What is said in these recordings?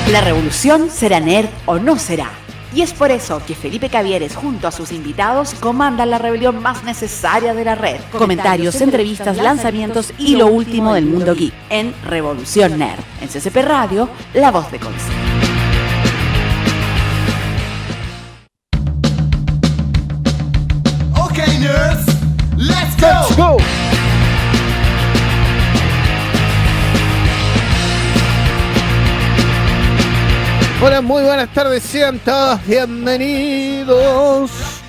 La revolución será nerd o no será. Y es por eso que Felipe Cavieres junto a sus invitados comandan la rebelión más necesaria de la red. Comentarios, entrevistas, lanzamientos y lo último del mundo geek en Revolución Nerd. En CCP Radio, la voz de Conce. Okay, nerds, let's go. Hola, muy buenas tardes, sean todos bienvenidos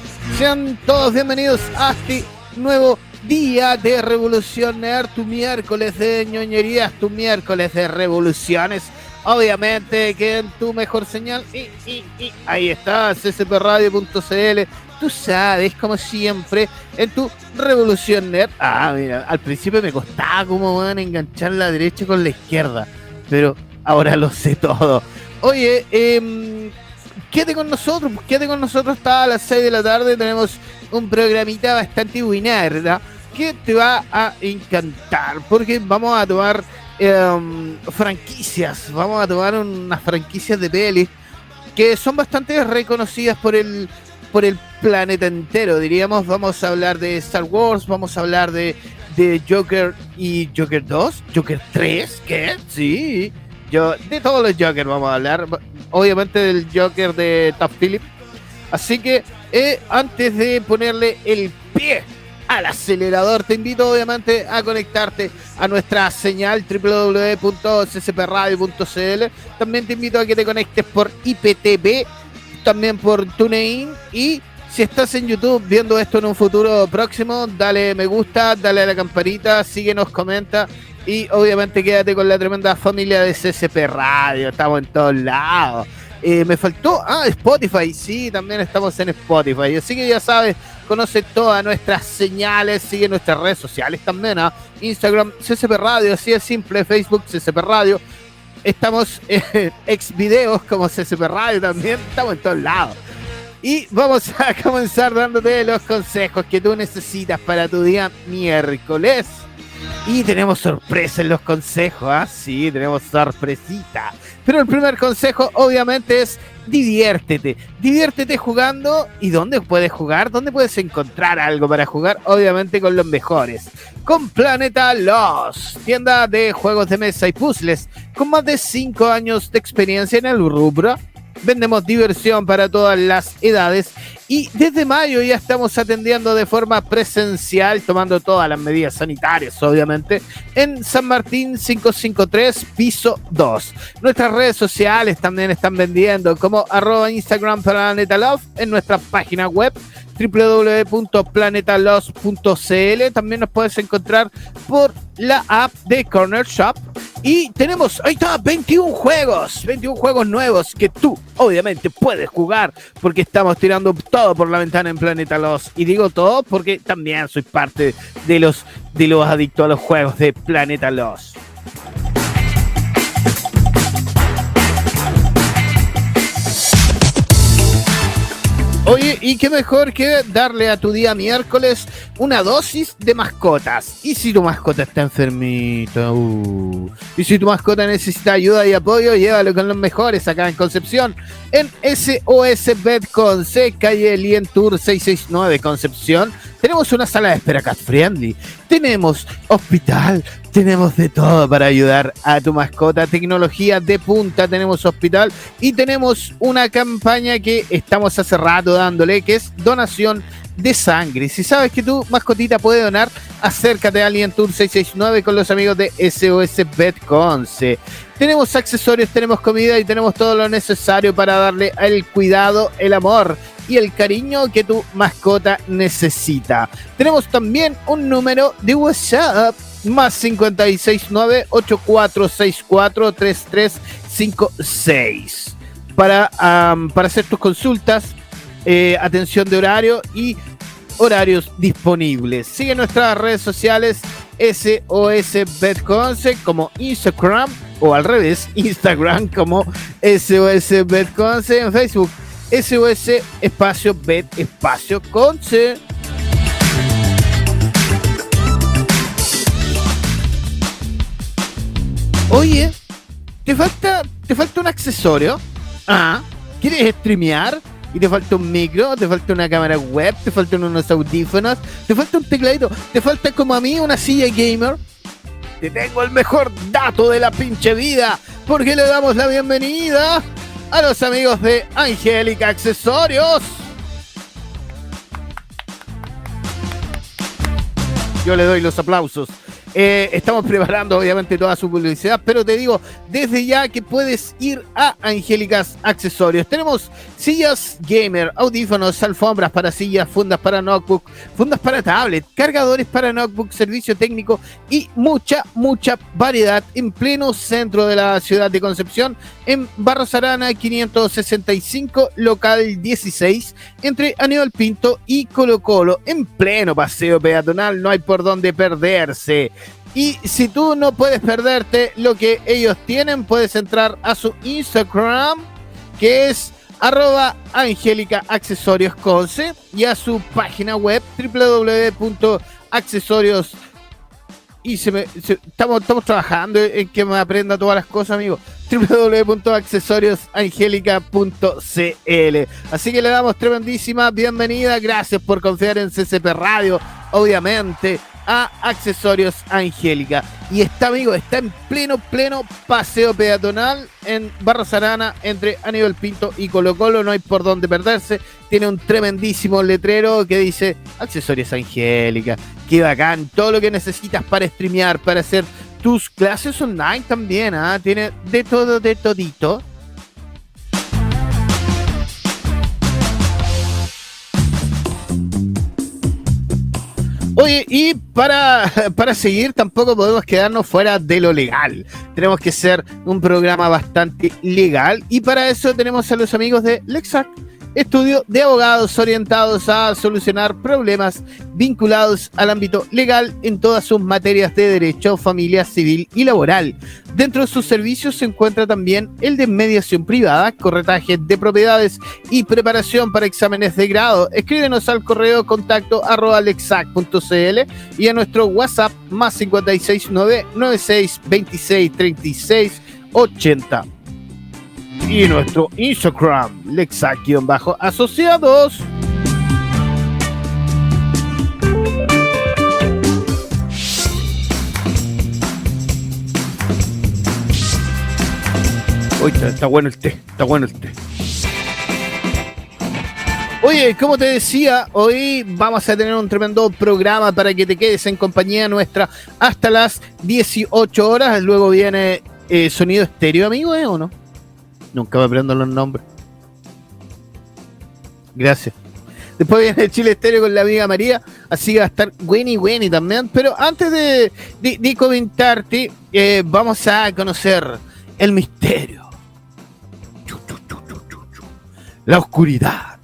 a este nuevo día de Revolución Nerd, tu miércoles de ñoñerías, tu miércoles de revoluciones, obviamente que en tu mejor señal, y ahí está, ccpradio.cl, tú sabes, como siempre, en tu Revolución Nerd. Mira, al principio me costaba cómo van a enganchar la derecha con la izquierda, pero ahora lo sé todo. Oye, quédate con nosotros hasta las 6 de la tarde, tenemos un programita bastante buenar, ¿verdad? Que te va a encantar, porque vamos a tomar franquicias, vamos a tomar unas franquicias de pelis que son bastante reconocidas por el planeta entero, diríamos. Vamos a hablar de Star Wars, vamos a hablar de Joker y Joker 2, Joker 3, ¿qué? Sí. De todos los Jokers vamos a hablar, obviamente del Joker de Todd Phillips. Así que antes de ponerle el pie al acelerador, te invito obviamente a conectarte a nuestra señal www.ccpradio.cl. También te invito a que te conectes por IPTV, también por TuneIn, y si estás en YouTube viendo esto en un futuro próximo, dale me gusta, dale a la campanita, síguenos, comenta. Y obviamente quédate con la tremenda familia de CCP Radio, estamos en todos lados. Me faltó, Spotify, sí, también estamos en Spotify. Así que ya sabes, conoce todas nuestras señales, sigue nuestras redes sociales también, Instagram, CCP Radio, así es simple, Facebook, CCP Radio. Estamos en Xvideos como CCP Radio también, estamos en todos lados. Y vamos a comenzar dándote los consejos que tú necesitas para tu día miércoles. Y tenemos sorpresa en los consejos, sí, tenemos sorpresita. Pero el primer consejo obviamente es diviértete jugando. ¿Y dónde puedes jugar? ¿Dónde puedes encontrar algo para jugar? Obviamente con los mejores, con Planeta Lost, tienda de juegos de mesa y puzzles con más de 5 años de experiencia en el rubro. Vendemos diversión para todas las edades y desde mayo ya estamos atendiendo de forma presencial, tomando todas las medidas sanitarias, obviamente, en San Martín 553, piso 2. Nuestras redes sociales también están vendiendo como @Instagram PlanetaLove, en nuestra página web www.planetalost.cl. También nos puedes encontrar por la app de Corner Shop. Y tenemos, ahí está, 21 juegos nuevos que tú obviamente puedes jugar, porque estamos tirando todo por la ventana en Planeta Lost. Y digo todo porque también soy parte de los adictos a los juegos de Planeta Lost. Oye, y qué mejor que darle a tu día miércoles una dosis de mascotas. Y si tu mascota está enfermita, y si tu mascota necesita ayuda y apoyo, llévalo con los mejores acá en Concepción, en SOS Vet Conce, calle Lien Tour 669, Concepción. Tenemos una sala de espera cat friendly, tenemos hospital, tenemos de todo para ayudar a tu mascota, tecnología de punta, tenemos hospital y tenemos una campaña que estamos hace rato dándole, que es donación de sangre. Si sabes que tu mascotita puede donar, acércate a Alien Tour 669 con los amigos de SOS Vet Conce. Tenemos accesorios, tenemos comida y tenemos todo lo necesario para darle el cuidado, el amor y el cariño que tu mascota necesita. Tenemos también un número de WhatsApp, más 569-8464-3356, para hacer tus consultas, atención de horario y horarios disponibles. Sigue nuestras redes sociales SOS Vet Conce como Instagram, o al revés, Instagram como SOS Vet Conce, en Facebook SOS espacio Vet espacio Conce. Oye, te falta ¿Te falta un accesorio? ¿Quieres streamear? Y te falta un micro, te falta una cámara web, te faltan unos audífonos, te falta un tecladito, te falta como a mí una silla gamer. Te tengo el mejor dato de la pinche vida, porque le damos la bienvenida a los amigos de Angélica Accesorios. Yo le doy los aplausos. Estamos preparando obviamente toda su publicidad, pero te digo desde ya que puedes ir a Angélicas Accesorios. Tenemos sillas gamer, audífonos, alfombras para sillas, fundas para notebook, fundas para tablet, cargadores para notebook, servicio técnico y mucha variedad en pleno centro de la ciudad de Concepción, en Barros Arana 565, local 16, entre Aníbal Pinto y Colo Colo, en pleno paseo peatonal. No hay por dónde perderse. Y si tú no puedes perderte lo que ellos tienen, puedes entrar a su Instagram, que es @AngélicaAccesoriosConce, y a su página web www.accesorios. Y estamos trabajando en que me aprenda todas las cosas, amigo. www.accesoriosangelica.cl. Así que le damos tremendísima bienvenida. Gracias por confiar en CCP Radio, obviamente, a Accesorios Angélica. Y está, amigo, está en pleno paseo peatonal en Barros Arana, entre Aníbal Pinto y Colo Colo. No hay por dónde perderse. Tiene un tremendísimo letrero que dice Accesorios Angélica. Qué bacán, todo lo que necesitas para streamear, para hacer tus clases online también, tiene de todo, de todito. Oye, y para seguir tampoco podemos quedarnos fuera de lo legal. Tenemos que ser un programa bastante legal, y para eso tenemos a los amigos de Lexac, estudio de abogados orientados a solucionar problemas vinculados al ámbito legal en todas sus materias de derecho, familia, civil y laboral. Dentro de sus servicios se encuentra también el de mediación privada, corretaje de propiedades y preparación para exámenes de grado. Escríbenos al correo contacto@lexac.cl y a nuestro WhatsApp más 569 96 26 36 80. Y nuestro Instagram, Lexac-asociados. Uy, está bueno el té, está bueno el té. Oye, como te decía, hoy vamos a tener un tremendo programa para que te quedes en compañía nuestra hasta las 18 horas. Luego viene Sonido Estéreo, amigo, ¿o no? Nunca me aprendo los nombres. Gracias. Después viene Chile Estéreo con la amiga María. Así que va a estar Winnie también. Pero antes de comentarte, vamos a conocer el misterio, la oscuridad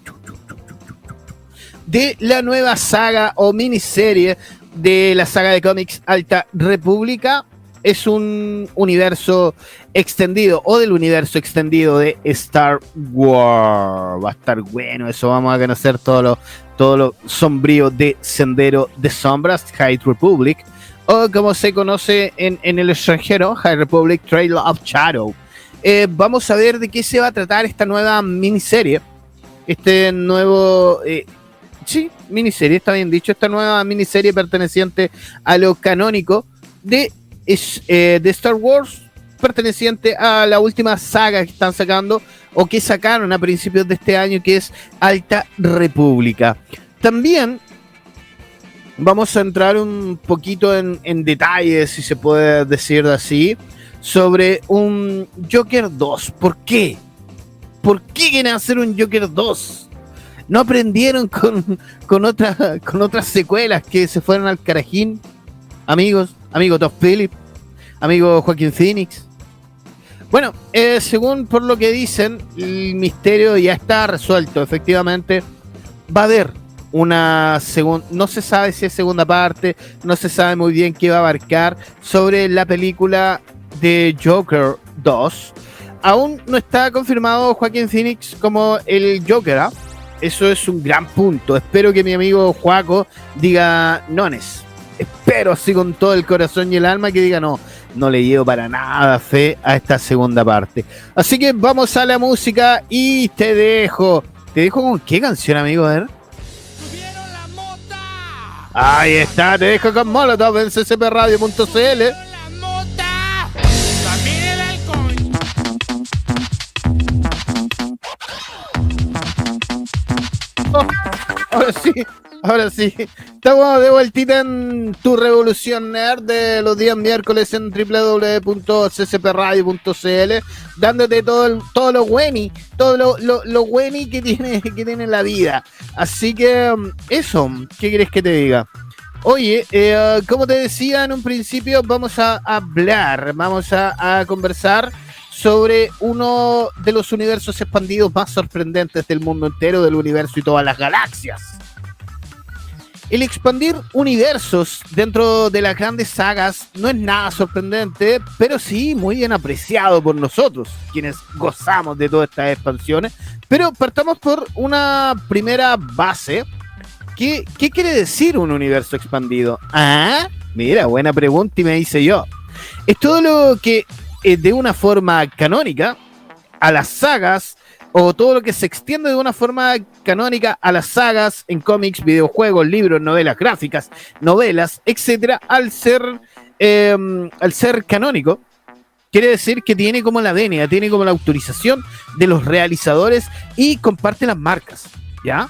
de la nueva saga o miniserie de la saga de cómics Alta República. Es un universo extendido, o del universo extendido de Star Wars. Va a estar bueno eso. Vamos a conocer todo lo sombrío de Sendero de Sombras, High Republic, o como se conoce en el extranjero, High Republic Trail of Shadow. Vamos a ver de qué se va a tratar esta nueva miniserie. Este nuevo... miniserie, está bien dicho. Esta nueva miniserie perteneciente a lo canónico de Star Wars, perteneciente a la última saga que están sacando, o que sacaron a principios de este año, que es Alta República. También vamos a entrar un poquito en detalles, si se puede decir así, sobre un Joker 2. ¿Por qué? ¿Por qué quieren hacer un Joker 2? ¿No aprendieron con otras secuelas que se fueron al carajín? Amigo Todd Phillips, amigo Joaquín Phoenix. Bueno, según por lo que dicen, el misterio ya está resuelto. Efectivamente, va a haber una segunda, no se sabe si es segunda parte, no se sabe muy bien qué va a abarcar sobre la película de Joker 2. Aún no está confirmado Joaquín Phoenix como el Joker, Eso es un gran punto. Espero que mi amigo Joaco diga nones. espero así con todo el corazón y el alma que diga no le llevo para nada fe a esta segunda parte. Así que vamos a la música y te dejo con qué canción, amigo, a ver. ¡Subieron la mota! Ahí está, te dejo con Molotov en ccpradio.cl. La mota! También el alcohol. Ahora sí, estamos de vueltita en tu revolución nerd de los días miércoles en www.ccpradio.cl, dándote todo lo bueni, todo lo bueni que tiene la vida. Así que eso, ¿qué quieres que te diga? Oye, como te decía en un principio, vamos a conversar sobre uno de los universos expandidos más sorprendentes del mundo entero, del universo y todas las galaxias. El expandir universos dentro de las grandes sagas no es nada sorprendente, pero sí muy bien apreciado por nosotros, quienes gozamos de todas estas expansiones. Pero partamos por una primera base. ¿Qué quiere decir un universo expandido? Ah, mira, buena pregunta y me hice yo. Es todo lo que de una forma canónica a las sagas, o todo lo que se extiende de una forma canónica a las sagas en cómics, videojuegos, libros, novelas gráficas, novelas, etcétera, al ser canónico, quiere decir que tiene como la venia, tiene como la autorización de los realizadores y comparte las marcas, ¿ya?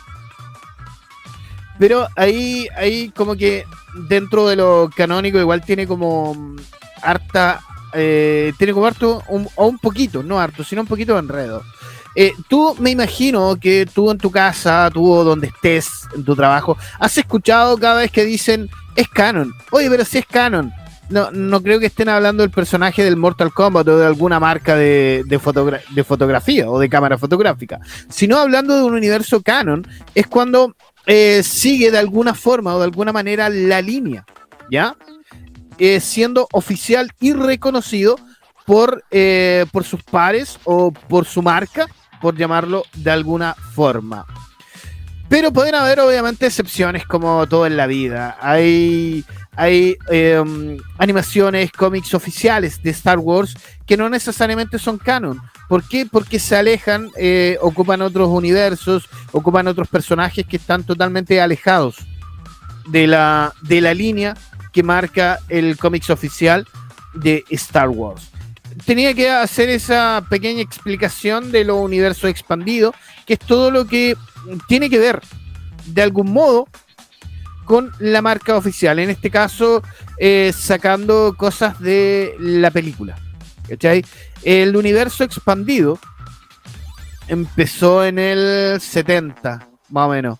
Pero ahí como que dentro de lo canónico igual tiene como harta, tiene como harto, o un poquito, no harto, sino un poquito de enredo. Tú, me imagino que tú en tu casa, tú donde estés, en tu trabajo, has escuchado cada vez que dicen, es canon. Oye, pero si es canon. No creo que estén hablando del personaje del Mortal Kombat o de alguna marca de fotografía o de cámara fotográfica. Sino hablando de un universo canon, es cuando sigue de alguna forma o de alguna manera la línea, ¿ya? Siendo oficial y reconocido por sus pares o por su marca, por llamarlo de alguna forma. Pero pueden haber obviamente excepciones como todo en la vida. Hay animaciones, cómics oficiales de Star Wars que no necesariamente son canon. ¿Por qué? Porque se alejan, ocupan otros universos, ocupan otros personajes que están totalmente alejados de la línea que marca el cómics oficial de Star Wars. Tenía que hacer esa pequeña explicación de lo universo expandido, que es todo lo que tiene que ver de algún modo con la marca oficial, en este caso sacando cosas de la película, ¿cachai? El universo expandido empezó en el 70, más o menos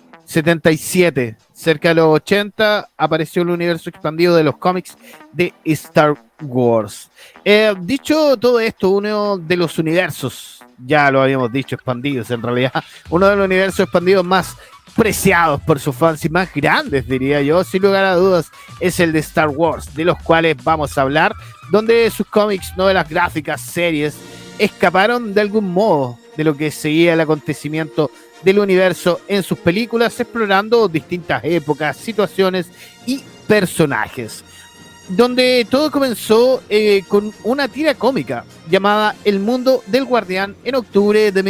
77, cerca de los 80 apareció el universo expandido de los cómics de Star Wars. Dicho todo esto, uno de los universos, ya lo habíamos dicho, expandidos en realidad, uno de los universos expandidos más preciados por sus fans y más grandes, diría yo, sin lugar a dudas, es el de Star Wars, de los cuales vamos a hablar, donde sus cómics, novelas gráficas, series, escaparon de algún modo de lo que seguía el acontecimiento del universo en sus películas, explorando distintas épocas, situaciones y personajes. Donde todo comenzó con una tira cómica llamada El Mundo del Guardián en octubre de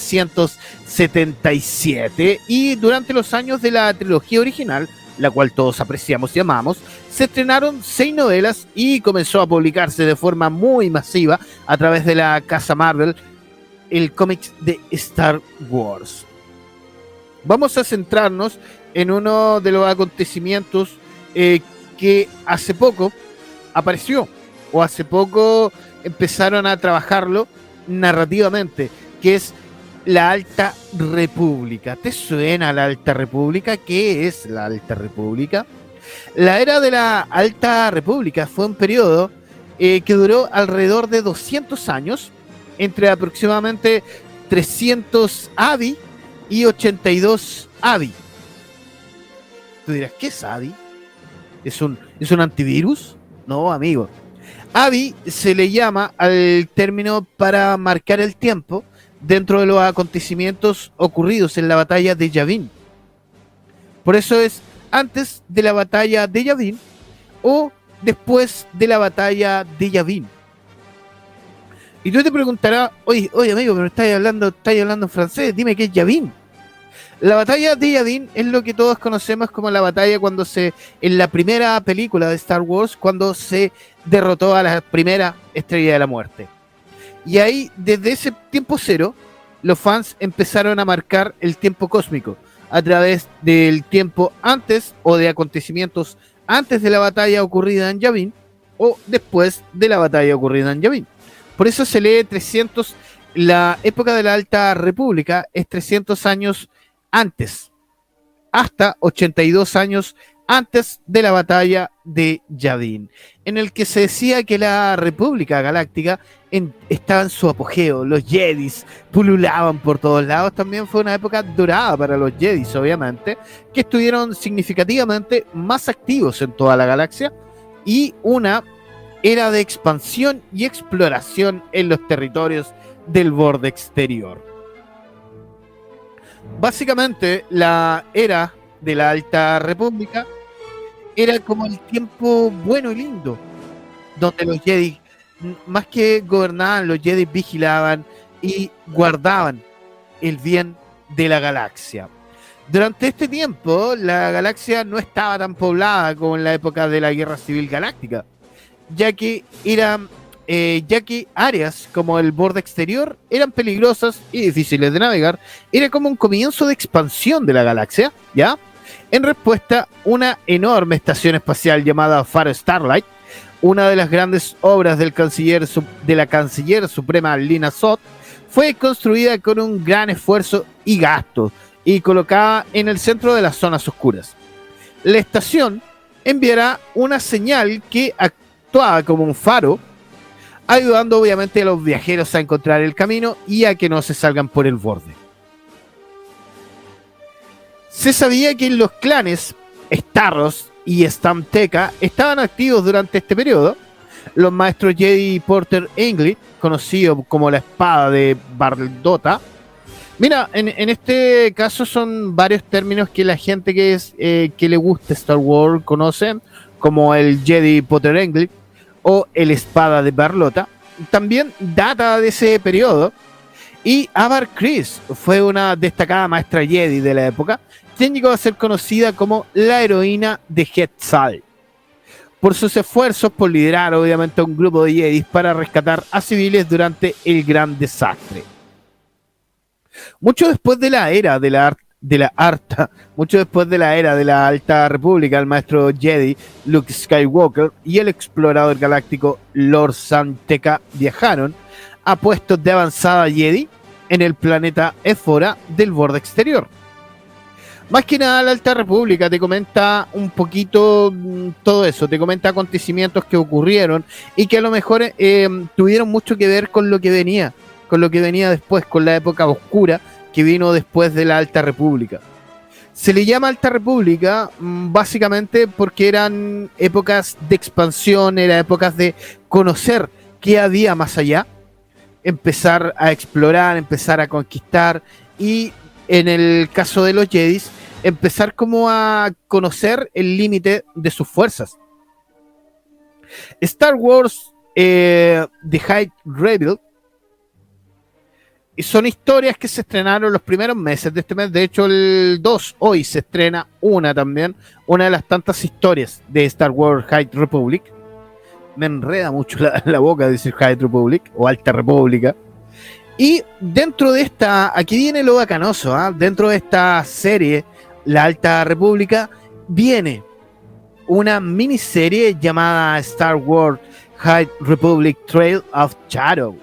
1977, y durante los años de la trilogía original, la cual todos apreciamos y amamos, se estrenaron 6 novelas y comenzó a publicarse de forma muy masiva a través de la casa Marvel el cómic de Star Wars. Vamos a centrarnos en uno de los acontecimientos que hace poco apareció, o hace poco empezaron a trabajarlo narrativamente, que es la Alta República. ¿Te suena la Alta República? ¿Qué es la Alta República? La era de la Alta República fue un periodo que duró alrededor de 200 años, entre aproximadamente 300 ADI y 82 ADI. Tú dirás, ¿qué es ADI? ¿Es un antivirus? No, amigo. ADI se le llama al término para marcar el tiempo dentro de los acontecimientos ocurridos en la batalla de Yavin. Por eso es antes de la batalla de Yavin o después de la batalla de Yavin. Y tú te preguntarás, oye amigo, pero estáis hablando en francés, dime qué es Yavin. La batalla de Yavin es lo que todos conocemos como la batalla en la primera película de Star Wars, cuando se derrotó a la primera estrella de la muerte. Y ahí, desde ese tiempo cero, los fans empezaron a marcar el tiempo cósmico a través del tiempo antes o de acontecimientos antes de la batalla ocurrida en Yavin o después de la batalla ocurrida en Yavin. Por eso se lee 300, la época de la Alta República es 300 años antes, hasta 82 años antes de la batalla de Yavin, en el que se decía que la República Galáctica estaba en su apogeo, los Jedis pululaban por todos lados. También fue una época dorada para los Jedis, obviamente, que estuvieron significativamente más activos en toda la galaxia, y una era de expansión y exploración en los territorios del borde exterior. Básicamente, la era de la Alta República era como el tiempo bueno y lindo, donde los Jedi, más que gobernaban, los Jedi vigilaban y guardaban el bien de la galaxia. Durante este tiempo, la galaxia no estaba tan poblada como en la época de la Guerra Civil Galáctica, ya que áreas como el borde exterior eran peligrosas y difíciles de navegar. Era como un comienzo de expansión de la galaxia, ¿ya? En respuesta, una enorme estación espacial llamada Faro Starlight, una de las grandes obras de la canciller suprema Lina Sot, fue construida con un gran esfuerzo y gasto y colocada en el centro de las zonas oscuras. La estación enviará una señal que actuaba como un faro, ayudando obviamente a los viajeros a encontrar el camino y a que no se salgan por el borde. Se sabía que los clanes Starros y Stamteca estaban activos durante este periodo. Los maestros Jedi Porter Englund, conocido como la espada de Bardota. Mira, en este caso son varios términos que la gente que le gusta Star Wars conocen, como el Jedi Porter Englund o el espada de Barlota. También data de ese periodo. Y Avar Kriss fue una destacada maestra Jedi de la época, quien llegó a ser conocida como la heroína de Hetzal, por sus esfuerzos por liderar obviamente a un grupo de Jedis para rescatar a civiles durante el gran desastre. Mucho después de la era de la Alta República, el maestro Jedi Luke Skywalker y el explorador galáctico Lord Santeca viajaron a puestos de avanzada Jedi en el planeta Éfora del borde exterior. Más que nada, la Alta República te comenta un poquito todo eso, te comenta acontecimientos que ocurrieron y que a lo mejor tuvieron mucho que ver con lo que venía después, con la época oscura que vino después de la Alta República. Se le llama Alta República básicamente porque eran épocas de expansión, eran épocas de conocer qué había más allá, empezar a explorar, empezar a conquistar, y en el caso de los Jedis, empezar como a conocer el límite de sus fuerzas. Star Wars The High Rebel son historias que se estrenaron los primeros meses de este mes. De hecho, el 2 hoy se estrena una de las tantas historias de Star Wars High Republic. Me enreda mucho la boca decir High Republic o Alta República. Y dentro de aquí viene lo bacanoso, dentro de esta serie, la Alta República, viene una miniserie llamada Star Wars High Republic Trail of Shadow.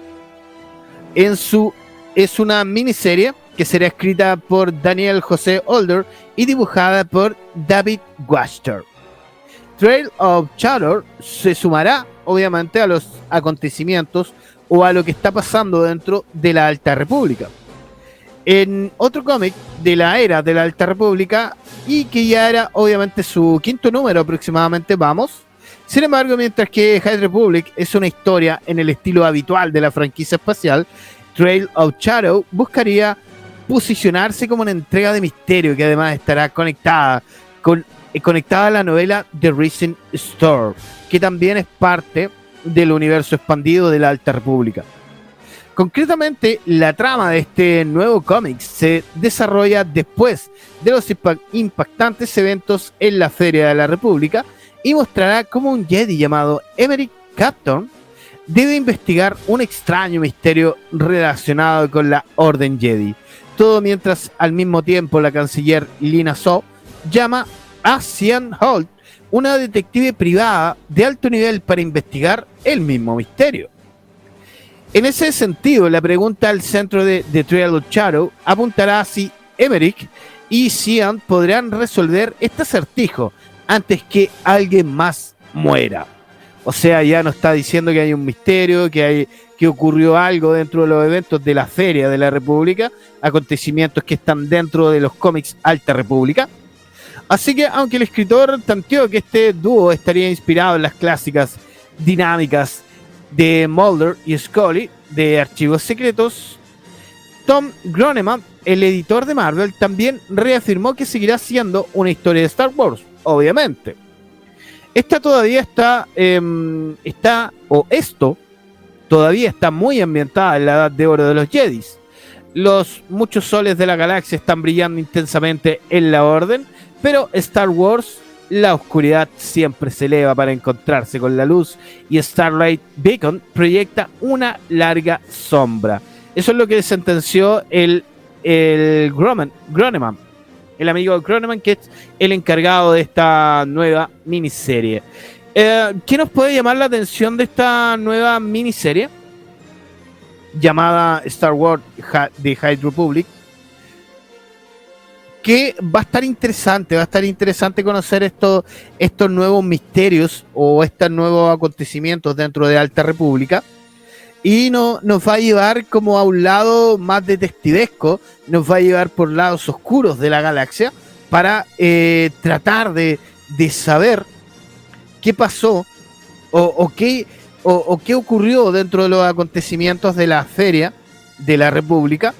Es una miniserie que será escrita por Daniel José Older y dibujada por David Wachter. Trail of Shadow se sumará obviamente a los acontecimientos o a lo que está pasando dentro de la Alta República. En otro cómic de la era de la Alta República, y que ya era obviamente su quinto número aproximadamente, sin embargo, mientras que High Republic es una historia en el estilo habitual de la franquicia espacial, Trail of Shadow buscaría posicionarse como una entrega de misterio que además estará conectada con conectada a la novela The Risen Storm, que también es parte del universo expandido de la Alta República. Concretamente, la trama de este nuevo cómic se desarrolla después de los impactantes eventos en la Feria de la República y mostrará cómo un Jedi llamado Emerick Capton debe investigar un extraño misterio relacionado con la Orden Jedi. Todo mientras al mismo tiempo la canciller Lina Soh llama a Sian Holt, una detective privada de alto nivel, para investigar el mismo misterio. En ese sentido, la pregunta al centro de The Trail of Shadow apuntará a si Emerick y Sian podrán resolver este acertijo antes que alguien más muera. O sea, ya nos está diciendo que hay un misterio, que ocurrió algo dentro de los eventos de la Feria de la República, acontecimientos que están dentro de los cómics Alta República. Así que, aunque el escritor tanteó que este dúo estaría inspirado en las clásicas dinámicas de Mulder y Scully de Archivos Secretos, Tom Groneman, el editor de Marvel, también reafirmó que seguirá siendo una historia de Star Wars, obviamente. Esta todavía esto todavía está muy ambientada en la edad de oro de los Jedis. Los muchos soles de la galaxia están brillando intensamente en la Orden, pero Star Wars, la oscuridad siempre se eleva para encontrarse con la luz, y Starlight Beacon proyecta una larga sombra. Eso es lo que sentenció el Groneman, el amigo de Groneman, que es el encargado de esta nueva miniserie. ¿Qué nos puede llamar la atención de esta nueva miniserie llamada Star Wars The High Republic? Que va a estar interesante conocer estos nuevos misterios o estos nuevos acontecimientos dentro de Alta República, y nos va a llevar como a un lado más detectivesco, nos va a llevar por lados oscuros de la galaxia para tratar de saber qué pasó o qué ocurrió dentro de los acontecimientos de la Feria de la República.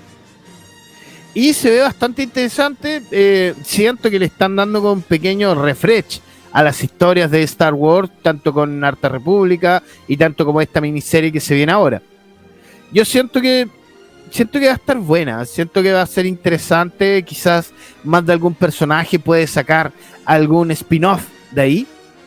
Y se ve bastante interesante. Siento que le están dando con un pequeño refresh a las historias de Star Wars, tanto con Alta República y tanto como esta miniserie que se viene ahora. Yo siento que va a estar buena, siento que va a ser interesante. Quizás más de algún personaje puede sacar algún spin-off de ahí.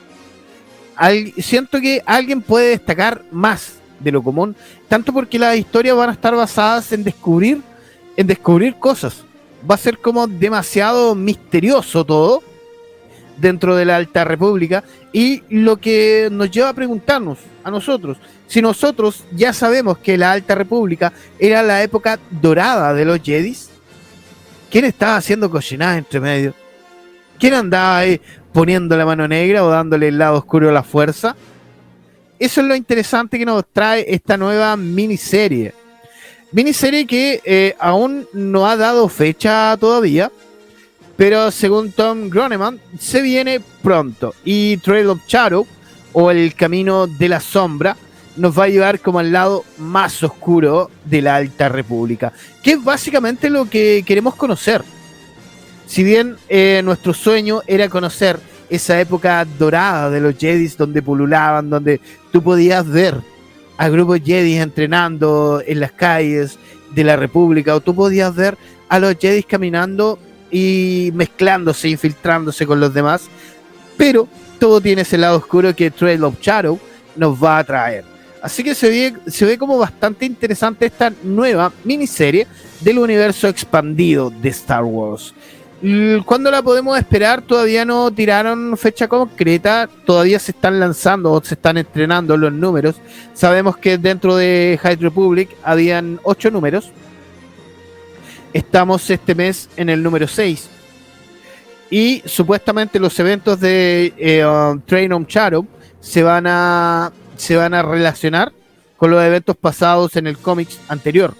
Siento que alguien puede destacar más de lo común, tanto porque las historias van a estar basadas en descubrir cosas. Va a ser como demasiado misterioso todo dentro de la Alta República, y lo que nos lleva a preguntarnos a nosotros, si nosotros ya sabemos que la Alta República era la época dorada de los Jedis, ¿quién estaba haciendo cochinadas entre medio? ¿Quién andaba ahí poniendo la mano negra o dándole el lado oscuro a la fuerza? Eso es lo interesante que nos trae esta nueva miniserie. Miniserie que aún no ha dado fecha todavía, pero según Tom Groneman se viene pronto. Y Trail of Shadow, o el Camino de la Sombra, nos va a llevar como al lado más oscuro de la Alta República, que es básicamente lo que queremos conocer. Si bien nuestro sueño era conocer esa época dorada de los Jedis, donde pululaban, donde tú podías ver a grupos Jedis entrenando en las calles de la República, o tú podías ver a los Jedis caminando y mezclándose, infiltrándose con los demás, pero todo tiene ese lado oscuro que Trail of Shadow nos va a traer. Así que se ve como bastante interesante esta nueva miniserie del universo expandido de Star Wars. ¿Cuándo la podemos esperar? Todavía no tiraron fecha concreta, todavía se están lanzando o se están estrenando los números. Sabemos que dentro de High Republic habían 8 números. Estamos este mes en el número 6. Y supuestamente los eventos de Train of Shadow se van a relacionar con los eventos pasados en el cómic anterior.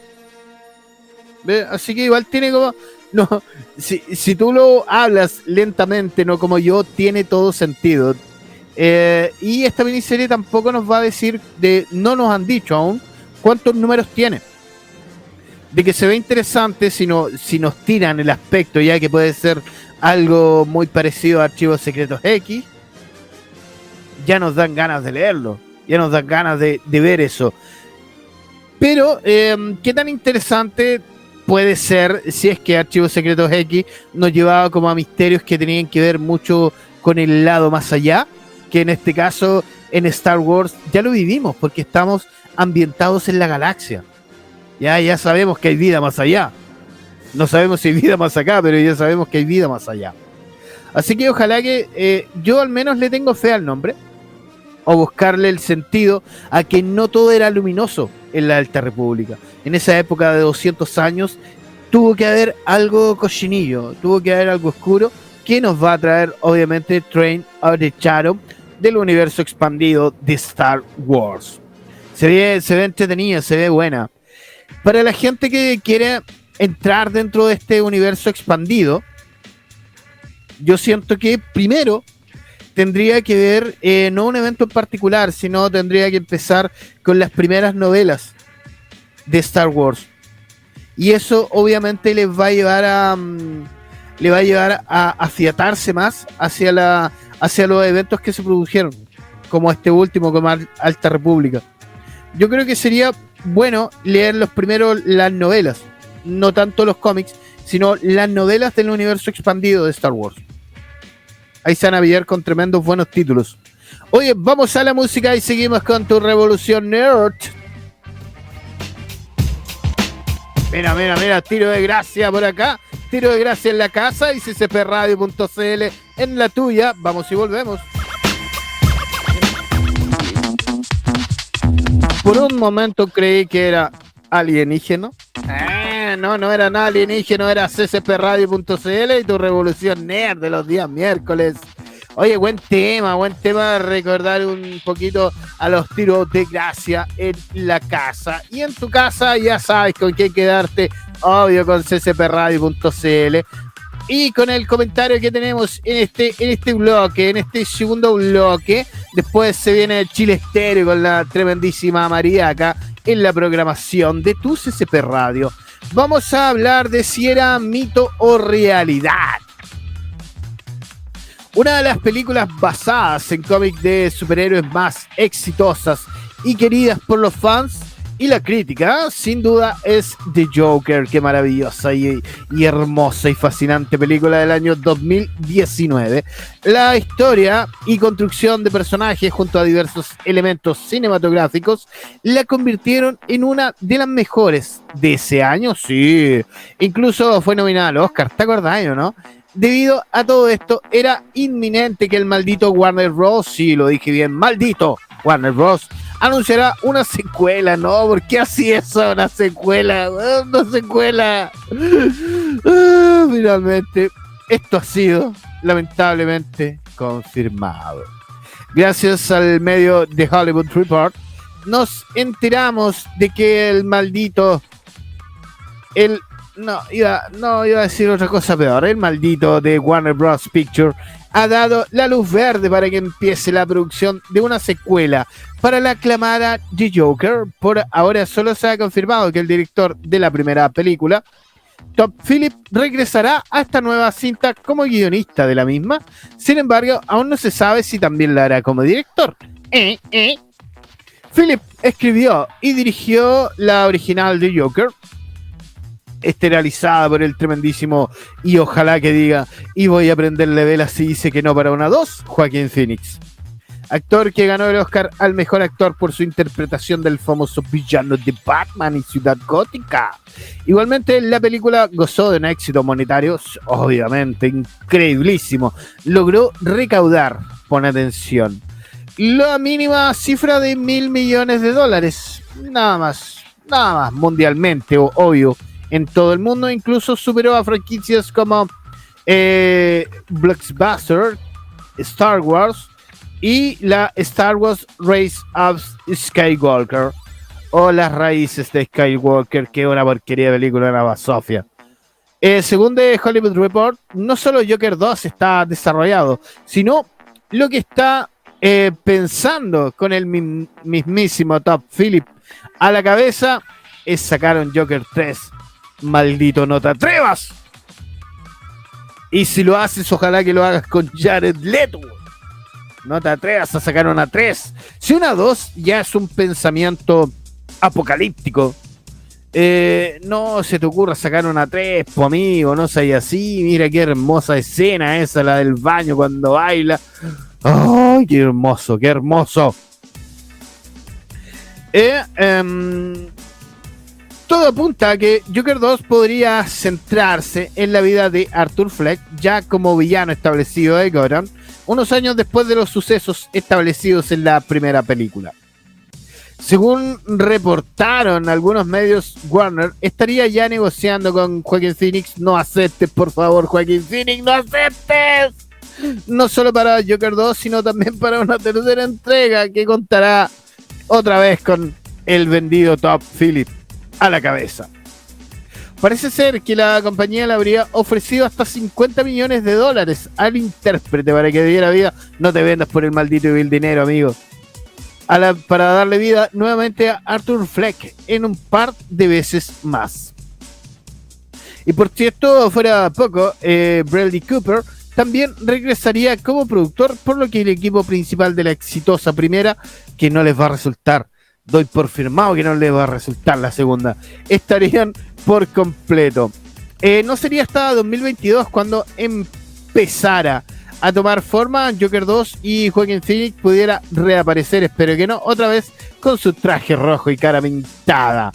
¿Ve? Así que igual tiene como... No, si tú lo hablas lentamente, no como yo, tiene todo sentido. Y esta miniserie tampoco nos va a decir, no nos han dicho aún cuántos números tiene. de que se ve interesante si nos tiran el aspecto, ya que puede ser algo muy parecido a Archivos Secretos X, ya nos dan ganas de leerlo, ya nos dan ganas de ver eso. Pero, ¿qué tan interesante puede ser si es que Archivos Secretos X nos llevaba como a misterios que tenían que ver mucho con el lado más allá? Que en este caso, en Star Wars, ya lo vivimos, porque estamos ambientados en la galaxia. Ya sabemos que hay vida más allá. No sabemos si hay vida más acá, pero ya sabemos que hay vida más allá. Así que ojalá que yo al menos le tengo fe al nombre, o buscarle el sentido a que no todo era luminoso en la Alta República. En esa época de 200 años tuvo que haber algo cochinillo, tuvo que haber algo oscuro que nos va a traer obviamente Train of the Shadow del universo expandido de Star Wars. Se ve entretenida, se ve buena. Para la gente que quiere entrar dentro de este universo expandido, yo siento que primero tendría que ver no un evento en particular, sino tendría que empezar con las primeras novelas de Star Wars. Y eso obviamente les va a llevar a afiatarse más hacia los eventos que se produjeron, como este último, como Alta República. Yo creo que sería bueno leer los primeros las novelas, no tanto los cómics, sino las novelas del universo expandido de Star Wars. Ahí se van a pillar con tremendos buenos títulos. Oye, vamos a la música y seguimos con tu Revolución Nerd. Mira, tiro de gracia por acá. Tiro de gracia en la casa y ccpradio.cl en la tuya. Vamos y volvemos. Por un momento creí que era alienígeno. No era nada alienígeno, era ccpradio.cl y tu Revolución Nerd de los días miércoles. Oye, buen tema, recordar un poquito a los tiros de gracia en la casa. Y en tu casa ya sabes con quién quedarte, obvio con ccpradio.cl. Y con el comentario que tenemos en este bloque, en este segundo bloque, después se viene Chile Estéreo con la tremendísima María acá en la programación de tu CCP Radio. Vamos a hablar de si era mito o realidad. Una de las películas basadas en cómics de superhéroes más exitosas y queridas por los fans y la crítica, sin duda, es The Joker. Qué maravillosa y hermosa y fascinante película del año 2019. La historia y construcción de personajes junto a diversos elementos cinematográficos la convirtieron en una de las mejores de ese año. Sí, incluso fue nominada al Oscar, ¿te acordás, no? Debido a todo esto, era inminente que el maldito Warner Bros., sí, lo dije bien, maldito Warner Bros., anunciará una secuela. No, ¿por qué así eso? Una secuela. Finalmente, esto ha sido lamentablemente confirmado. Gracias al medio The Hollywood Report, nos enteramos de que el maldito... iba a decir otra cosa peor. El maldito de Warner Bros. Pictures ha dado la luz verde para que empiece la producción de una secuela para la aclamada The Joker. Por ahora solo se ha confirmado que el director de la primera película, Todd Phillips, regresará a esta nueva cinta como guionista de la misma. Sin embargo, aún no se sabe si también la hará como director. Phillips escribió y dirigió la original The Joker, esterilizada por el tremendísimo, y ojalá que diga, y voy a prenderle velas si dice que no para una 2, Joaquín Phoenix, actor que ganó el Oscar al mejor actor por su interpretación del famoso villano de Batman y Ciudad Gótica. Igualmente la película gozó de un éxito monetario obviamente increíblísimo. Logró recaudar, pon atención, la mínima cifra de $1.000 millones, nada más mundialmente, obvio, en todo el mundo. Incluso superó a franquicias como Blockbuster, Star Wars y la Star Wars Rise of Skywalker, o las raíces de Skywalker, que es una porquería de película, una basofia. Según The Hollywood Report, no solo Joker 2 está desarrollado, sino lo que está pensando con el mismísimo Todd Phillips a la cabeza es sacar un Joker 3 Maldito, no te atrevas. Y si lo haces, ojalá que lo hagas con Jared Leto. No te atrevas a sacar una 3. Si una 2 ya es un pensamiento apocalíptico, no se te ocurra sacar una 3, po amigo, no seas así. Mira qué hermosa escena esa, la del baño cuando baila. ¡Ay, qué hermoso, qué hermoso! Todo apunta a que Joker 2 podría centrarse en la vida de Arthur Fleck, ya como villano establecido de Gotham, unos años después de los sucesos establecidos en la primera película. Según reportaron algunos medios, Warner estaría ya negociando con Joaquin Phoenix. No aceptes, por favor, Joaquin Phoenix, no aceptes. No solo para Joker 2, sino también para una tercera entrega que contará otra vez con el vendido Todd Phillips a la cabeza. Parece ser que la compañía le habría ofrecido hasta $50 millones al intérprete para que diera vida. No te vendas por el maldito y vil dinero, amigo. Para darle vida nuevamente a Arthur Fleck en un par de veces más. Y por si esto fuera poco, Bradley Cooper también regresaría como productor, por lo que el equipo principal de la exitosa primera, que no les va a resultar, doy por firmado que no les va a resultar la segunda, estarían por completo. No sería hasta 2022 cuando empezara a tomar forma Joker 2 y Joaquin Phoenix pudiera reaparecer, espero que no, otra vez con su traje rojo y cara pintada.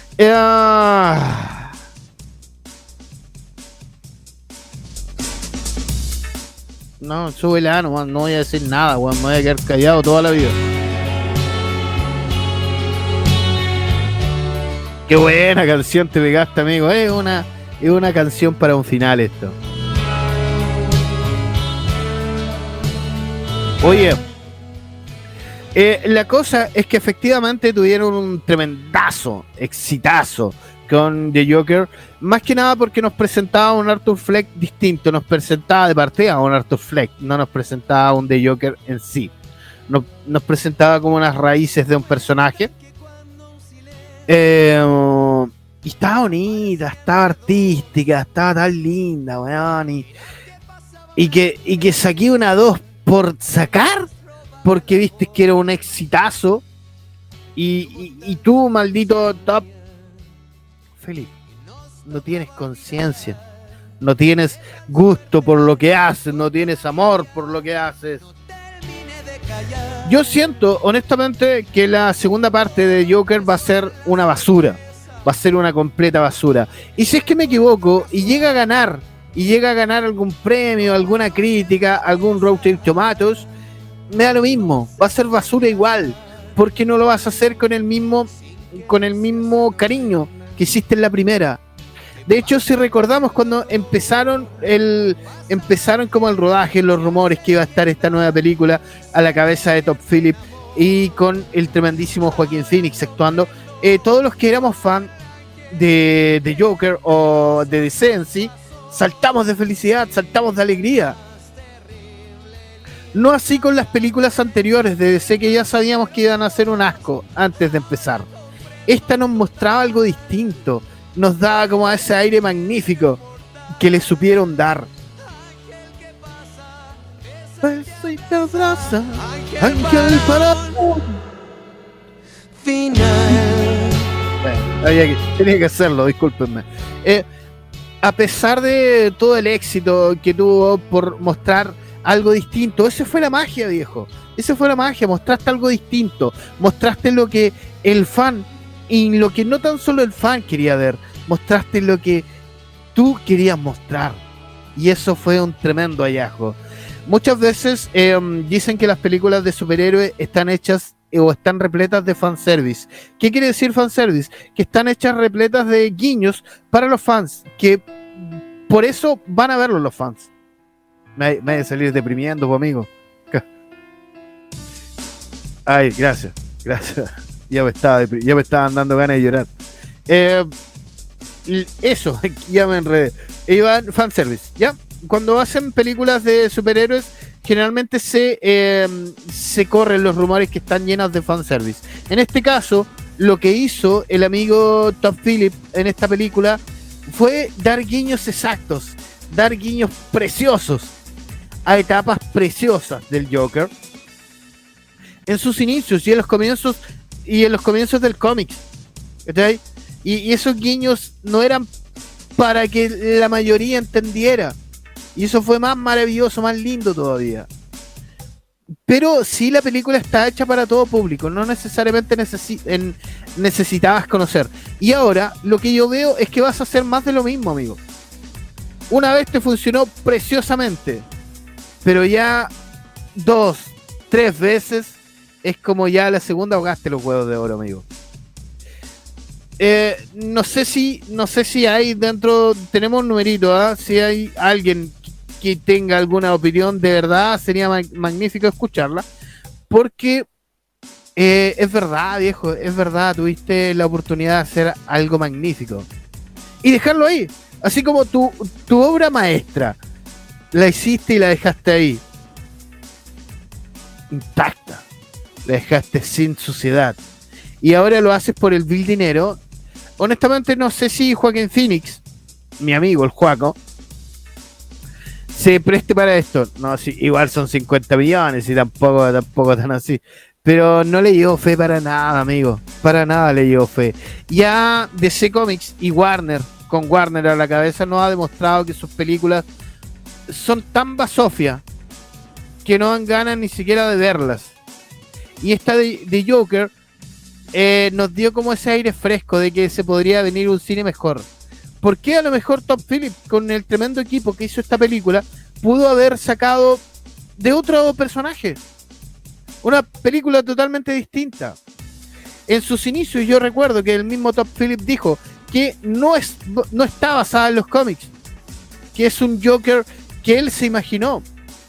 No, súbela, no voy a decir nada, weón, me voy a quedar callado toda la vida. Qué buena canción te pegaste, amigo. Es una canción para un final esto. Oye, la cosa es que efectivamente tuvieron un tremendazo, exitazo con The Joker, más que nada porque nos presentaba un Arthur Fleck distinto, nos presentaba de partida a un Arthur Fleck, no nos presentaba un The Joker en sí, nos presentaba como unas raíces de un personaje. Y estaba bonita, estaba artística, estaba tan linda, weón, y que saqué una 2 por sacar, porque viste que era un exitazo, y tú, maldito Top Felipe, no tienes conciencia, no tienes gusto por lo que haces, no tienes amor por lo que haces. Yo siento, honestamente, que la segunda parte de Joker va a ser una basura. Va a ser una completa basura. Y si es que me equivoco y llega a ganar algún premio, alguna crítica, algún Rotten Tomatoes, me da lo mismo. Va a ser basura igual. Porque no lo vas a hacer con el mismo cariño que hiciste en la primera. De hecho, si recordamos cuando empezaron como el rodaje, los rumores que iba a estar esta nueva película a la cabeza de Todd Phillips y con el tremendísimo Joaquin Phoenix actuando, todos los que éramos fan de Joker o de DC en sí, saltamos de felicidad, saltamos de alegría. No así con las películas anteriores de DC, que ya sabíamos que iban a ser un asco antes de empezar. Esta nos mostraba algo distinto, nos daba como ese aire magnífico que le supieron dar. Ángel para final. Bueno, tenía que hacerlo, discúlpenme. A pesar de todo el éxito que tuvo por mostrar algo distinto, esa fue la magia, viejo. Esa fue la magia, mostraste algo distinto, mostraste lo que el fan y lo que no tan solo el fan quería ver, mostraste lo que tú querías mostrar, y eso fue un tremendo hallazgo. Muchas veces dicen que las películas de superhéroes están hechas o están repletas de fanservice. ¿Qué quiere decir fanservice? Que están hechas repletas de guiños para los fans, que por eso van a verlo los fans. Me voy a salir deprimiendo, amigo. Ay, gracias. Ya me estaban dando ganas de llorar. Eso, ya me enredé. Iban fanservice, ¿ya? Cuando hacen películas de superhéroes, generalmente se corren los rumores que están llenos de fanservice. En este caso, lo que hizo el amigo Todd Phillips en esta película fue dar guiños exactos, dar guiños preciosos a etapas preciosas del Joker en sus inicios y en los comienzos del cómic. ¿Okay? Y esos guiños no eran para que la mayoría entendiera. Y eso fue más maravilloso, más lindo todavía. Pero sí, la película está hecha para todo público, no necesariamente necesitabas conocer. Y ahora lo que yo veo es que vas a hacer más de lo mismo, amigo. Una vez te funcionó preciosamente, pero ya 2, 3 veces es como ya la segunda ahogaste los huevos de oro, amigo. No sé si hay dentro, tenemos un numerito, ¿eh? Si hay alguien que tenga alguna opinión, de verdad sería magnífico escucharla, porque es verdad, viejo, es verdad, tuviste la oportunidad de hacer algo magnífico y dejarlo ahí, así como tu obra maestra la hiciste y la dejaste ahí intacta, la dejaste sin suciedad y ahora lo haces por el vil dinero. Honestamente no sé si Joaquín Phoenix, mi amigo el Joaco, se preste para esto. No, sí, igual son 50 millones y tampoco tan así. Pero no le llevo fe para nada, amigo. Para nada le llevo fe. Ya DC Comics y Warner, con Warner a la cabeza, nos ha demostrado que sus películas son tan basofia que no dan ganas ni siquiera de verlas. Y esta de Joker nos dio como ese aire fresco de que se podría venir un cine mejor. ¿Por qué a lo mejor Todd Phillips, con el tremendo equipo que hizo esta película, pudo haber sacado de otro personaje? Una película totalmente distinta. En sus inicios yo recuerdo que el mismo Todd Phillips dijo que no está basada en los cómics, que es un Joker que él se imaginó.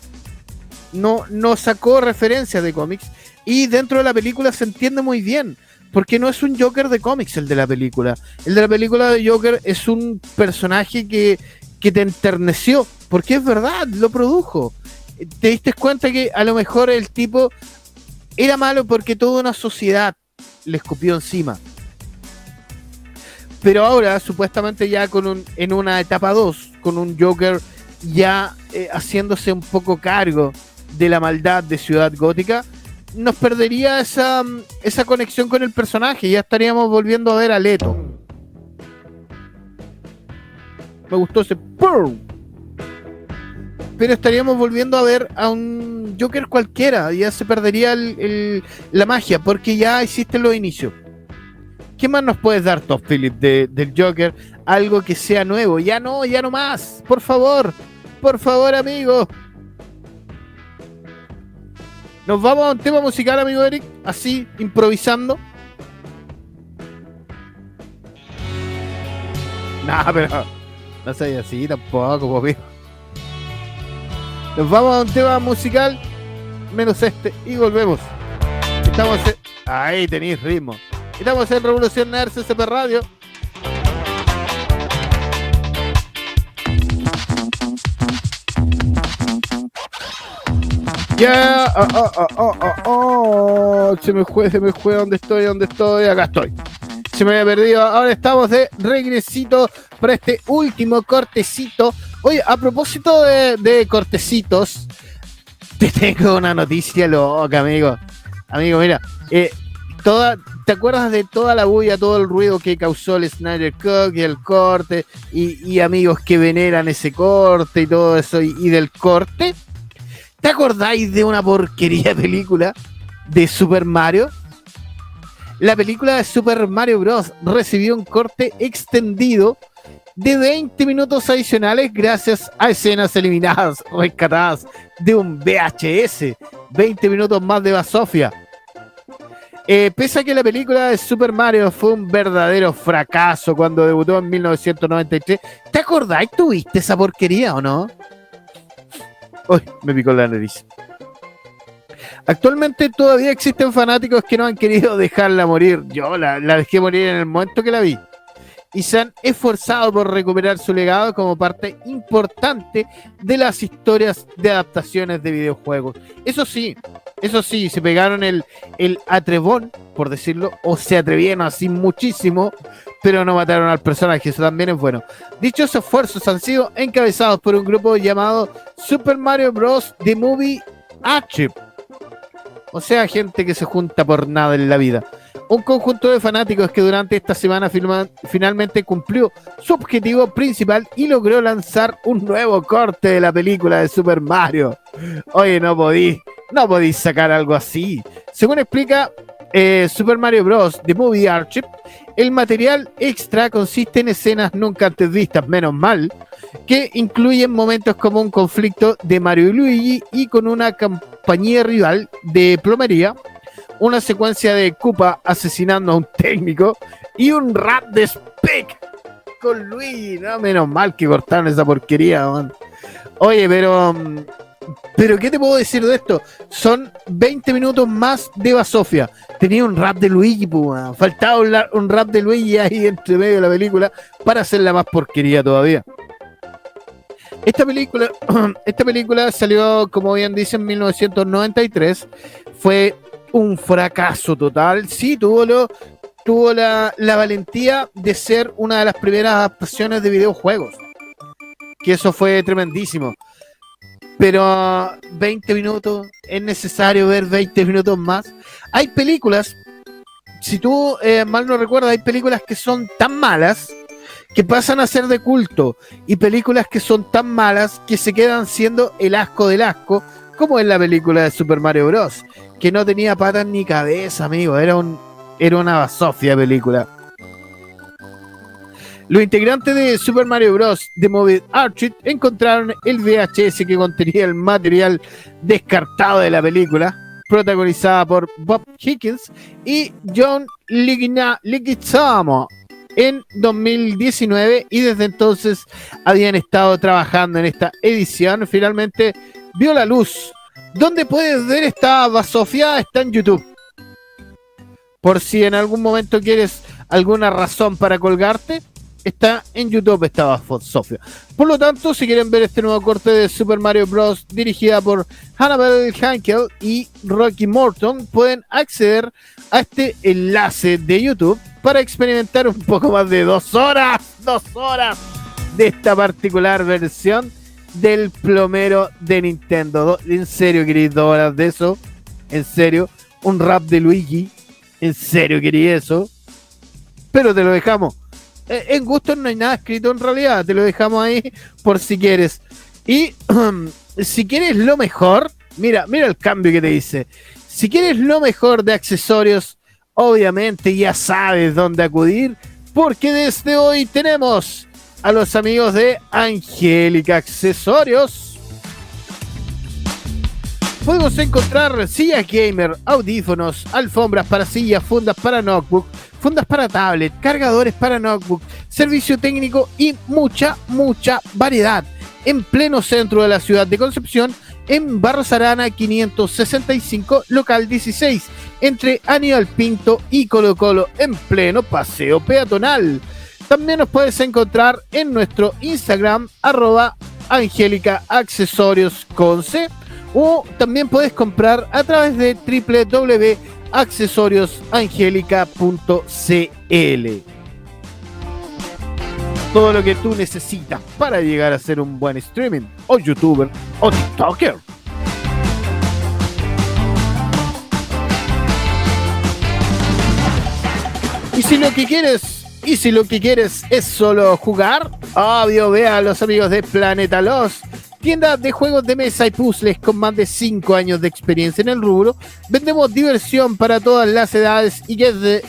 No sacó referencias de cómics y dentro de la película se entiende muy bien. Porque no es un Joker de cómics el de la película. El de la película de Joker es un personaje que te enterneció. Porque es verdad, lo produjo. Te diste cuenta que a lo mejor el tipo era malo porque toda una sociedad le escupió encima. Pero ahora, supuestamente ya en una etapa 2, con un Joker ya haciéndose un poco cargo de la maldad de Ciudad Gótica, nos perdería esa conexión con el personaje. Ya estaríamos volviendo a ver a Leto. Me gustó ese ¡pum! Pero estaríamos volviendo a ver a un Joker cualquiera. Ya se perdería la magia, porque ya hiciste los inicios. ¿Qué más nos puedes dar, Todd Phillips, del Joker? Algo que sea nuevo. Ya no más. Por favor, amigo. Nos vamos a un tema musical, amigo Eric, así, improvisando. Nah, pero no soy así tampoco, amigo. Nos vamos a un tema musical, menos este, y volvemos. Ahí tenéis ritmo. Estamos en Revolución Nerd CCP Radio. Ya, se me fue, ¿dónde estoy? Acá estoy. Se me había perdido, ahora estamos de regresito para este último cortecito. Oye, a propósito de cortecitos, te tengo una noticia loca, amigo. Amigo, mira, ¿te acuerdas de toda la bulla, todo el ruido que causó el Snyder Cut y el corte? Y amigos que veneran ese corte y todo eso, y del corte. ¿Te acordáis de una porquería película de Super Mario? La película de Super Mario Bros. Recibió un corte extendido de 20 minutos adicionales gracias a escenas eliminadas, rescatadas de un VHS. 20 minutos más de basofia. Pese a que la película de Super Mario fue un verdadero fracaso cuando debutó en 1993, ¿te acordáis? ¿Tuviste esa porquería o no? Uy, me picó la nariz. Actualmente todavía existen fanáticos que no han querido dejarla morir. Yo la dejé morir en el momento que la vi. y se han esforzado por recuperar su legado como parte importante de las historias de adaptaciones de videojuegos. Eso sí, se pegaron el atrevón, por decirlo, o se atrevieron así muchísimo, pero no mataron al personaje. Eso también es bueno. Dichos esfuerzos han sido encabezados por un grupo llamado Super Mario Bros. The Movie Archive. O sea, gente que se junta por nada en la vida. Un conjunto de fanáticos que durante esta semana finalmente cumplió su objetivo principal y logró lanzar un nuevo corte de la película de Super Mario. Oye, no podís sacar algo así. Según explica Super Mario Bros. The Movie Archive, el material extra consiste en escenas nunca antes vistas, menos mal, que incluyen momentos como un conflicto de Mario y Luigi y con una compañía rival de plomería, una secuencia de Koopa asesinando a un técnico y un rap de Speck con Luigi. No, menos mal que cortaron esa porquería, man. Oye, pero ¿qué te puedo decir de esto? Son 20 minutos más de Basofia. Tenía un rap de Luigi, pues, faltaba un rap de Luigi ahí entre medio de la película para hacerla más porquería todavía. Esta película salió, como bien dicen, en 1993. Fue un fracaso total. Sí, tuvo la valentía de ser una de las primeras adaptaciones de videojuegos. Que eso fue tremendísimo. Pero 20 minutos, es necesario ver 20 minutos más. Hay películas, si tú mal no recuerdas, hay películas que son tan malas que pasan a ser de culto, y películas que son tan malas que se quedan siendo el asco del asco, como en la película de Super Mario Bros., que no tenía patas ni cabeza, amigo, era una basofia película. Los integrantes de Super Mario Bros. The Movie Archive encontraron el VHS que contenía el material descartado de la película, protagonizada por Bob Higgins y John Leguizamo, en 2019, y desde entonces habían estado trabajando en esta edición. Finalmente vio la luz. ¿Dónde puedes ver esta basofia? Está en YouTube. Por si en algún momento quieres alguna razón para colgarte, está en YouTube esta basofia. Por lo tanto, si quieren ver este nuevo corte de Super Mario Bros. Dirigida por Hannibal Hankel y Rocky Morton, pueden acceder a este enlace de YouTube para experimentar un poco más de 2 horas de esta particular versión del plomero de Nintendo. ¿En serio queréis 2 horas de eso? ¿En serio? ¿Un rap de Luigi? ¿En serio queréis eso? Pero te lo dejamos. En gustos no hay nada escrito en realidad, te lo dejamos ahí por si quieres. Y si quieres lo mejor, mira el cambio que te dice. Si quieres lo mejor de accesorios, obviamente ya sabes dónde acudir, porque desde hoy tenemos a los amigos de Angélica Accesorios. Podemos encontrar sillas gamer, audífonos, alfombras para sillas, fundas para notebook, fundas para tablet, cargadores para notebook, servicio técnico y mucha variedad. En pleno centro de la ciudad de Concepción, en Barros Arana 565, local 16, entre Aníbal Pinto y Colo Colo, en pleno paseo peatonal. También nos puedes encontrar en nuestro Instagram, @Angélica Accesorios con C, o también puedes comprar a través de www.accesoriosangelica.cl. Todo lo que tú necesitas para llegar a ser un buen streaming, o youtuber, o tiktoker. Y si lo que quieres es solo jugar, obvio, ve a los amigos de Planeta Lost, tienda de juegos de mesa y puzzles con más de 5 años de experiencia en el rubro. Vendemos diversión para todas las edades y desde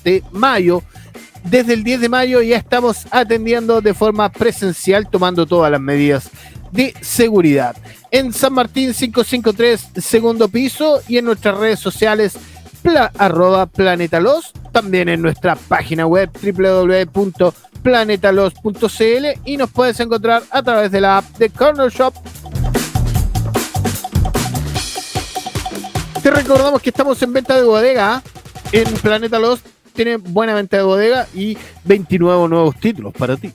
el 10 de mayo ya estamos atendiendo de forma presencial, tomando todas las medidas de seguridad. En San Martín 553, segundo piso, y en nuestras redes sociales @planetalos, también en nuestra página web www.planetalos.cl, y nos puedes encontrar a través de la app de Corner Shop. Te recordamos que estamos en venta de bodega en Planeta Los. tiene buena venta de bodega y 29 nuevos títulos para ti.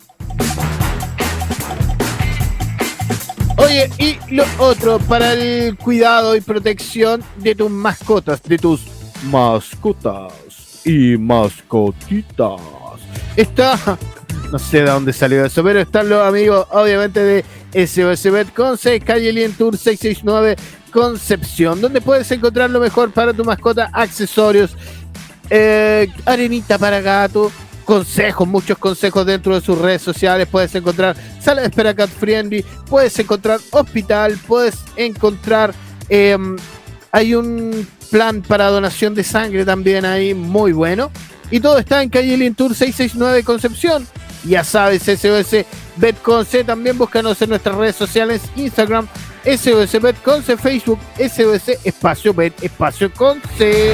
Oye, y lo otro, para el cuidado y protección de tus mascotas y mascotitas. Está, no sé de dónde salió eso, pero están los amigos, obviamente, de SOS Bet Conce, calle Lien Tour 669, Concepción, donde puedes encontrar lo mejor para tu mascota, accesorios, arenita para gato, consejos, muchos consejos dentro de sus redes sociales. Puedes encontrar sala de espera cat friendly, puedes encontrar hospital, puedes encontrar hay un plan para donación de sangre también ahí muy bueno, y todo está en calle Lien Tour 669 Concepción. Ya sabes, SOS Bet Conce, también búscanos en nuestras redes sociales, Instagram SOS Bet Conce, Facebook SOS Espacio Bet Espacio Conce.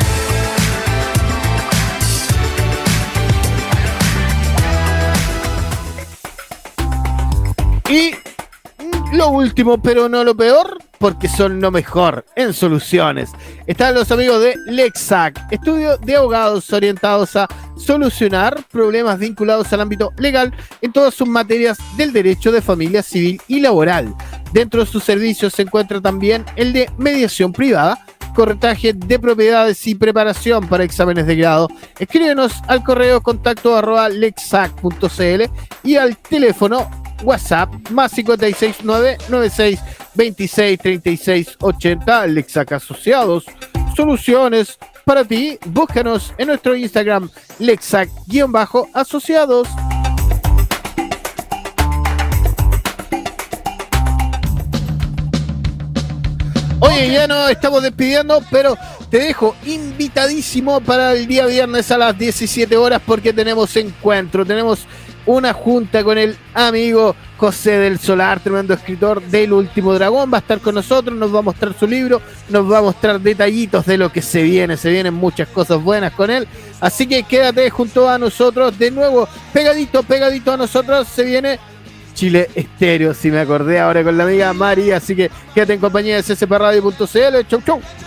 Y lo último, pero no lo peor, porque son lo mejor en soluciones, están los amigos de Lexac, estudio de abogados orientados a solucionar problemas vinculados al ámbito legal en todas sus materias del derecho de familia, civil y laboral. Dentro de sus servicios se encuentra también el de mediación privada, corretaje de propiedades y preparación para exámenes de grado. Escríbenos al correo contacto@lexac.cl y al teléfono WhatsApp más 569 96 26 36 80. Lexac Asociados, soluciones para ti. Búscanos en nuestro Instagram Lexac-asociados. Oye, ya nos estamos despidiendo, pero te dejo invitadísimo para el día viernes a las 17 horas porque tenemos encuentro, tenemos una junta con el amigo José del Solar, tremendo escritor del Último Dragón. Va a estar con nosotros, nos va a mostrar su libro, nos va a mostrar detallitos de lo que se vienen muchas cosas buenas con él, así que quédate junto a nosotros, de nuevo, pegadito a nosotros, se viene Chile Estéreo, si me acordé ahora con la amiga Mari, así que quédate en compañía de ccpradio.cl. Chau.